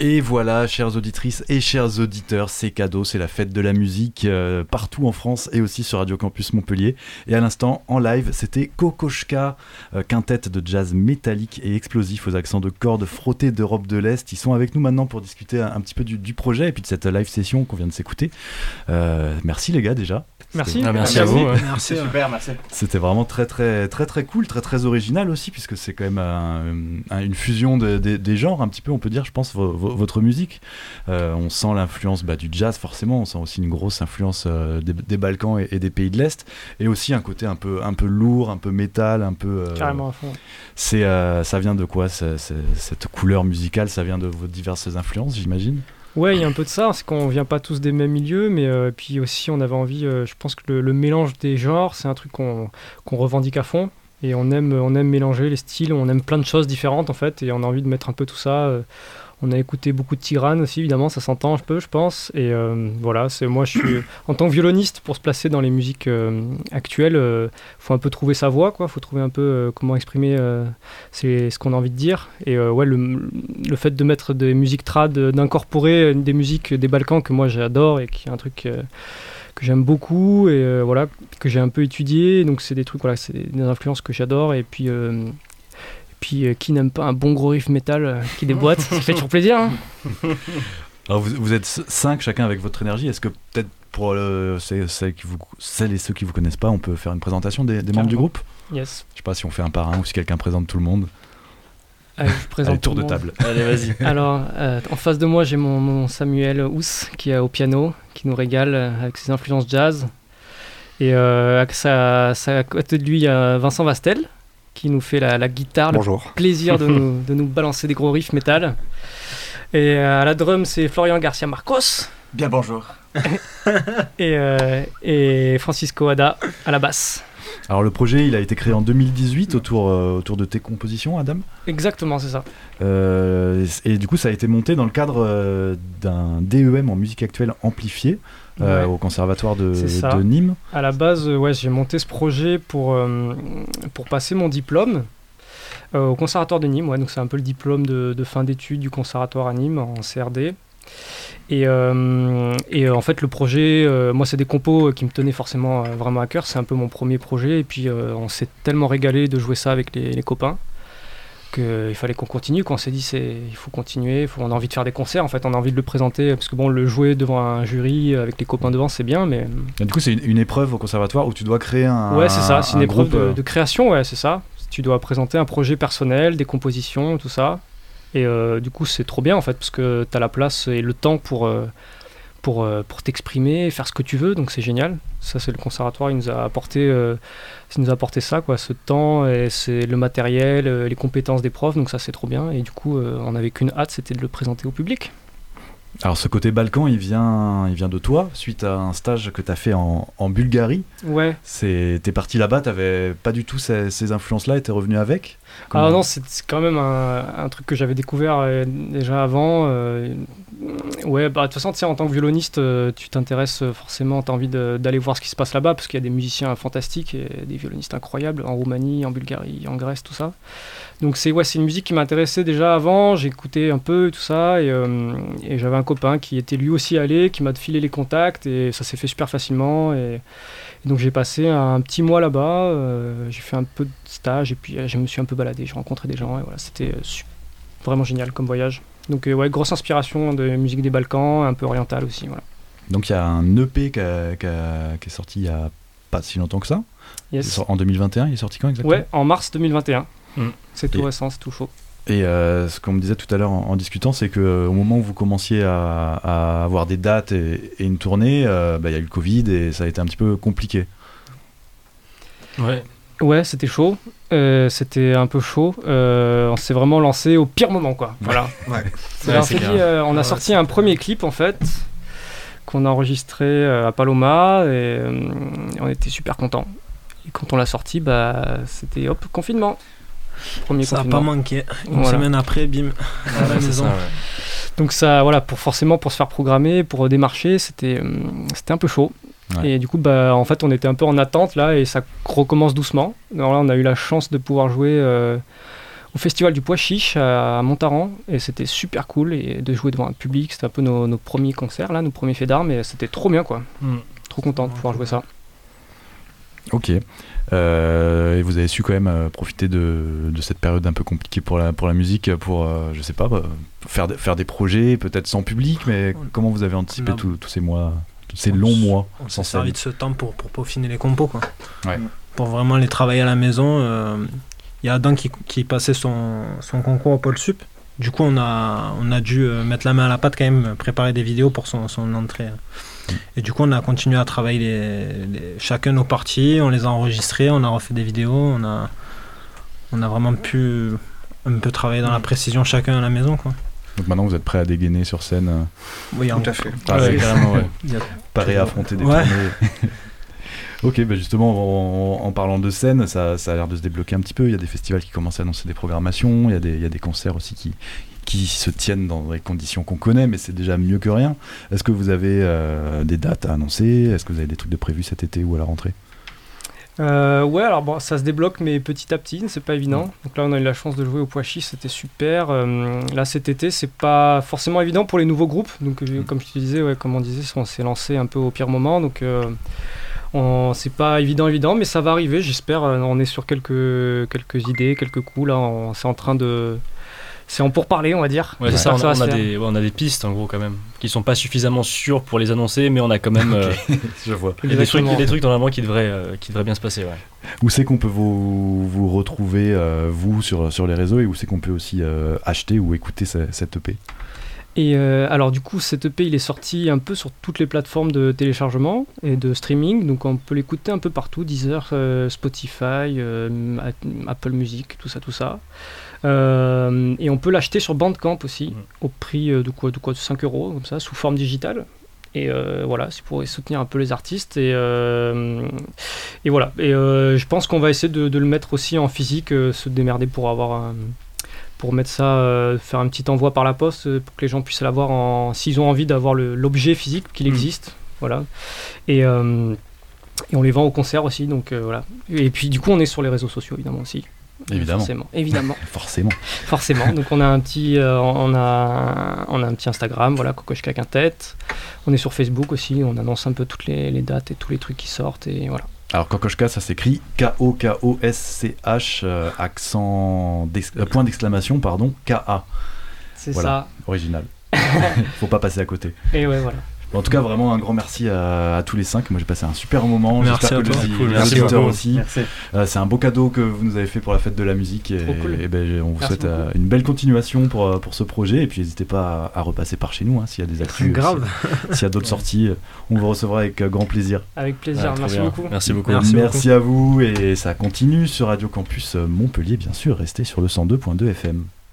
Et voilà, chères auditrices et chers auditeurs, c'est cadeau, c'est la fête de la musique partout en France et aussi sur Radio Campus Montpellier. Et à l'instant, en live, c'était Kokoschka, quintette de jazz métallique et explosif aux accents de cordes frottés d'Europe de l'Est. Ils sont avec nous maintenant pour discuter un petit peu du projet et puis de cette live session qu'on vient de s'écouter. Merci les gars déjà. Merci. Merci à vous. Merci, super, merci. C'était vraiment très cool, très original aussi, puisque c'est quand même une fusion des genres, un petit peu, on peut dire, je pense, votre musique. On sent l'influence du jazz, forcément, on sent aussi une grosse influence des Balkans et des pays de l'Est, et aussi un côté un peu lourd, un peu métal, un peu... Carrément à fond. Ça vient de quoi, cette couleur musicale? Ça vient de vos diverses influences, j'imagine? Ouais, il y a un peu de ça, c'est qu'on vient pas tous des mêmes milieux, mais puis aussi on avait envie, je pense que le mélange des genres, c'est un truc qu'on revendique à fond, et on aime mélanger les styles, on aime plein de choses différentes en fait, et on a envie de mettre un peu tout ça. On a écouté beaucoup de Tigran aussi, évidemment, ça s'entend un peu, je pense, et voilà, moi je suis, en tant que violoniste, pour se placer dans les musiques actuelles, faut un peu trouver sa voix, quoi, faut trouver un peu comment exprimer ce qu'on a envie de dire, et ouais, le fait de mettre des musiques trad, d'incorporer des musiques des Balkans que moi j'adore, et qui est un truc que j'aime beaucoup, et voilà, que j'ai un peu étudié, donc c'est des trucs, voilà, c'est des influences que j'adore, et puis qui n'aime pas un bon gros riff métal qui déboîte, ça fait toujours plaisir. Hein. Alors vous êtes 5 chacun avec votre énergie, est-ce que peut-être pour celles et ceux qui vous connaissent pas, on peut faire une présentation des membres du groupe? Yes. Je sais pas si on fait un par un ou si quelqu'un présente tout le monde. Allez, je présente tour de table. Allez, vas-y. Alors, en face de moi, j'ai mon Samuel Housse qui est au piano, qui nous régale avec ses influences jazz. Et à côté de lui, il y a Vincent Vastel, qui nous fait la guitare. Bonjour. Le plaisir de nous balancer des gros riffs métal. Et à la drum, c'est Florian Garcia Marcos. Bien bonjour. et Francisco Ada à la basse. Alors le projet, il a été créé en 2018 autour de tes compositions, Adam? Exactement, c'est ça. Et du coup, ça a été monté dans le cadre d'un DEM en musique actuelle amplifiée au conservatoire de Nîmes. À la base, j'ai monté ce projet pour passer mon diplôme au conservatoire de Nîmes. Donc c'est un peu le diplôme de fin d'études du conservatoire à Nîmes en CRD. Et en fait le projet, moi c'est des compos qui me tenaient forcément vraiment à cœur, c'est un peu mon premier projet, et puis on s'est tellement régalé de jouer ça avec les copains qu'il fallait qu'on continue, qu'on s'est dit il faut continuer, on a envie de faire des concerts, en fait on a envie de le présenter, parce que bon, le jouer devant un jury avec les copains devant c'est bien, mais... Et du coup c'est une épreuve au conservatoire où tu dois créer un... Ouais c'est ça, c'est une épreuve groupe, de création, ouais c'est ça, tu dois présenter un projet personnel, des compositions, tout ça. Et du coup, c'est trop bien en fait, parce que tu as la place et le temps pour t'exprimer, faire ce que tu veux, donc c'est génial. Ça, c'est le conservatoire, il nous a apporté ça, quoi, ce temps, et c'est le matériel, les compétences des profs, donc ça, c'est trop bien. Et du coup, on n'avait qu'une hâte, c'était de le présenter au public. Alors ce côté Balkan, il vient de toi, suite à un stage que tu as fait en Bulgarie. Ouais. T'es parti là-bas, t'avais pas du tout ces influences-là et t'es revenu avec? Ah non, c'est quand même un truc que j'avais découvert déjà avant. Ouais, de toute façon, tu sais, en tant que violoniste, tu t'intéresses forcément, t'as envie d'aller voir ce qui se passe là-bas, parce qu'il y a des musiciens fantastiques et des violonistes incroyables, en Roumanie, en Bulgarie, en Grèce, tout ça. Donc c'est une musique qui m'intéressait déjà avant, j'écoutais un peu tout ça, et j'avais un copain qui était lui aussi allé, qui m'a filé les contacts, et ça s'est fait super facilement, et donc j'ai passé un petit mois là-bas, j'ai fait un peu de stage, et puis je me suis un peu baladé, j'ai rencontré des gens, et voilà, c'était vraiment génial comme voyage. Donc grosse inspiration de musique des Balkans, un peu orientale aussi, voilà. Donc il y a un EP qui est sorti il y a pas si longtemps que ça. Yes. En 2021, il est sorti quand exactement? Ouais, en mars 2021. C'est tout récent, c'est tout chaud. Et ce qu'on me disait tout à l'heure en discutant, c'est qu'au moment où vous commenciez à avoir des dates et une tournée, y a eu le Covid et ça a été un petit peu compliqué. Ouais, c'était chaud. C'était un peu chaud. On s'est vraiment lancé au pire moment, quoi. Voilà. On a sorti un premier clip, en fait, qu'on a enregistré à Paloma, et on était super contents. Et quand on l'a sorti, c'était confinement. Ça n'a pas manqué. Une semaine après, bim, à la maison. Donc ça, pour se faire programmer, pour démarcher, c'était un peu chaud. Ouais. Et du coup, en fait, on était un peu en attente là, et ça recommence doucement. Alors là, on a eu la chance de pouvoir jouer au festival du Pois Chiche à Montaran, et c'était super cool et de jouer devant un public. C'était un peu nos premiers concerts, là, nos premiers faits d'armes, et c'était trop bien, quoi. Trop content de pouvoir jouer ça. Ok. Et vous avez su quand même profiter de cette période un peu compliquée pour la musique, pour, je sais pas, faire des projets, peut-être sans public, mais comment vous avez anticipé tous ces mois, tous ces longs mois? On s'est servi de ce temps pour peaufiner les compos, quoi. Ouais. Pour vraiment les travailler à la maison. Il y a Adam qui passait son concours au Pôle Sup. Du coup, on a dû mettre la main à la pâte quand même, préparer des vidéos pour son entrée. Et du coup, on a continué à travailler chacun nos parties, on les a enregistrées, on a refait des vidéos, on a vraiment pu un peu travailler dans la précision chacun à la maison, quoi. Donc maintenant, vous êtes prêt à dégainer sur scène? Oui, tout à fait. Carrément, ouais. Pareil à affronter des tournées. Ok, bah justement, en parlant de scène, ça a l'air de se débloquer un petit peu. Il y a des festivals qui commencent à annoncer des programmations, il y a des concerts aussi qui se tiennent dans les conditions qu'on connaît, mais c'est déjà mieux que rien. Est-ce que vous avez des dates à annoncer? Est-ce que vous avez des trucs de prévus cet été ou à la rentrée? Ouais, alors bon, ça se débloque, mais petit à petit, c'est pas évident. Donc là, on a eu la chance de jouer au Pois Chiche, c'était super. Là, cet été, c'est pas forcément évident pour les nouveaux groupes. Donc, comme je te disais, comme on disait, on s'est lancé un peu au pire moment. Donc, c'est pas évident, mais ça va arriver, j'espère. On est sur quelques idées, quelques coups. Là, c'est en train de... C'est en pourparlers, on va dire. Ouais, c'est ça, on a des pistes en gros quand même, qui sont pas suffisamment sûres pour les annoncer, mais on a quand même je vois. Il y a des trucs normalement qui devraient bien se passer. Ouais. Où c'est qu'on peut vous retrouver, vous, sur les réseaux, et où c'est qu'on peut aussi acheter ou écouter cette EP? Et alors du coup, cet EP, il est sorti un peu sur toutes les plateformes de téléchargement et de streaming, donc on peut l'écouter un peu partout, Deezer, Spotify, Apple Music, tout ça. Et on peut l'acheter sur Bandcamp aussi, au prix de 5 €, comme ça, sous forme digitale. Et voilà, c'est pour soutenir un peu les artistes. Et voilà. Et je pense qu'on va essayer de le mettre aussi en physique, se démerder pour mettre ça, faire un petit envoi par la poste pour que les gens puissent l'avoir s'ils ont envie d'avoir l'objet physique, qu'il existe. Voilà. Et on les vend au concert aussi. Donc voilà. Et puis du coup, on est sur les réseaux sociaux évidemment aussi. Évidemment. Forcément. Donc on a un petit Instagram, voilà, Kokoschka Quintet. On est sur Facebook aussi, on annonce un peu toutes les dates et tous les trucs qui sortent et voilà. Alors Kokoschka, ça s'écrit Kokosch, point d'exclamation, pardon, K-A. C'est voilà, ça. Original. Faut pas passer à côté. Et ouais, voilà. En tout cas, vraiment un grand merci à tous les 5. Moi, j'ai passé un super moment. Merci. J'espère que les auditeurs aussi. C'est un beau cadeau que vous nous avez fait pour la fête de la musique. Et ben, on vous souhaite une belle continuation pour ce projet. Et puis, n'hésitez pas à repasser par chez nous s'il y a des actus. Grave. S'il y a d'autres sorties, on vous recevra avec grand plaisir. Avec plaisir. Merci beaucoup. Merci beaucoup. Merci à vous. Et ça continue sur Radio Campus Montpellier, bien sûr. Restez sur le 102.2 FM.